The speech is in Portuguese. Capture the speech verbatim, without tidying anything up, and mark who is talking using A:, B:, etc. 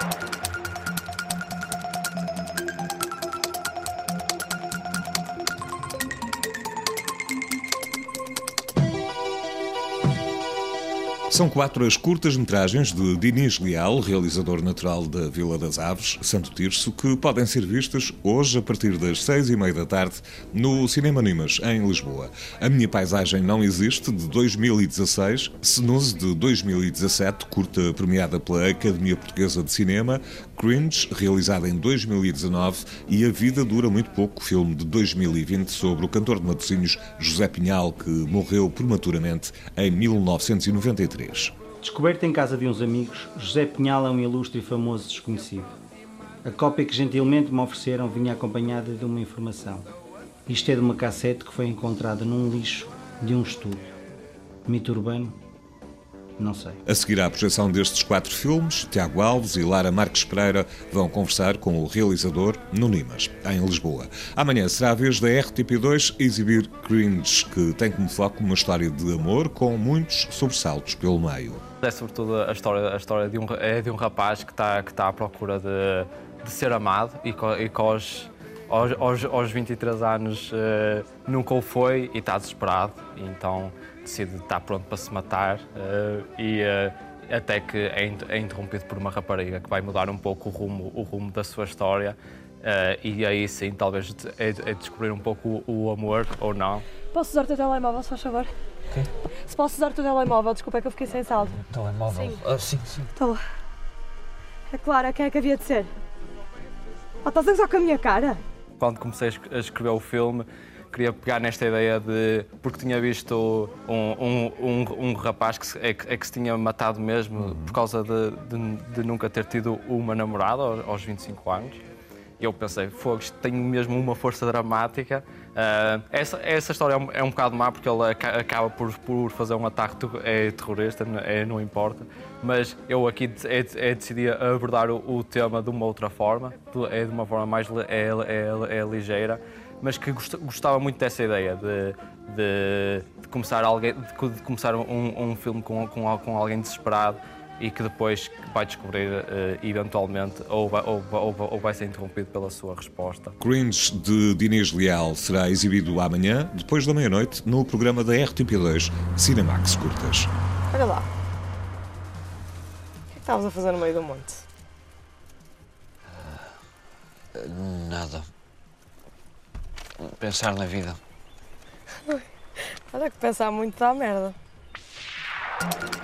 A: São quatro as curtas-metragens de Dinis Leal, realizador natural da Vila das Aves, Santo Tirso, que podem ser vistas hoje a partir das seis e meia da tarde no Cinema Nimas, em Lisboa. A Minha Paisagem Não Existe, de dois mil e dezasseis, Snooze, de dois mil e dezassete, curta premiada pela Academia Portuguesa de Cinema, Cringe, realizada em dois mil e dezanove, e A Vida Dura Muito Pouco, filme de dois mil e vinte sobre o cantor de Matosinhos José Pinhal, que morreu prematuramente em mil novecentos e noventa e três.
B: Descoberto em casa de uns amigos, José Pinhal é um ilustre e famoso desconhecido. A cópia que gentilmente me ofereceram vinha acompanhada de uma informação. Isto é de uma cassete que foi encontrada num lixo de um estúdio. Mito urbano? Não sei.
A: A seguir à projeção destes quatro filmes, Tiago Alves e Lara Marques Pereira vão conversar com o realizador no Nimas, em Lisboa. Amanhã será a vez da R T P dois exibir Cringe, que tem como foco uma história de amor com muitos sobressaltos pelo meio.
C: É sobretudo a história, a história de, um, é de um rapaz que está, que está à procura de, de ser amado e que e aos, aos, aos vinte e três anos uh, nunca o foi e está desesperado. E então decide estar pronto para se matar uh, e uh, até que é, é interrompido por uma rapariga que vai mudar um pouco o rumo, o rumo da sua história uh, e aí sim talvez é, é descobrir um pouco o, o amor ou não.
D: Posso usar o teu telemóvel, se faz favor?
E: Okay.
D: Se posso usar o teu telemóvel, desculpa, é que eu fiquei sem saldo.
E: Telemóvel?
D: Sim.
E: Ah, sim, sim.
D: Estou. É claro, quem é que havia de ser? Oh, estás a gozar com a minha cara?
C: Quando comecei a escrever o filme, queria pegar nesta ideia de... porque tinha visto um, um, um, um rapaz que se, é, é que se tinha matado mesmo uhum. por causa de, de, de nunca ter tido uma namorada aos, aos vinte e cinco anos. E eu pensei, fogo, isto tem mesmo uma força dramática. Uh, essa, essa história é um, é um bocado má porque ele acaba por, por fazer um ataque é, terrorista, é, não importa. Mas eu aqui é, é, decidi abordar o, o tema de uma outra forma, é de uma forma mais é, é, é ligeira, mas que gostava muito dessa ideia de, de, de começar, alguém, de, de começar um, um filme com, com, com alguém desesperado e que depois vai descobrir, uh, eventualmente, ou vai, ou, ou, ou vai ser interrompido pela sua resposta.
A: Cringe, de Dinis Leal, será exibido amanhã, depois da meia-noite, no programa da R T P dois, Cinemax Curtas.
D: Olha lá. O que é que estavas a fazer no meio do monte?
E: Uh, nada. Pensar na vida.
D: Olha que pensar muito dá merda.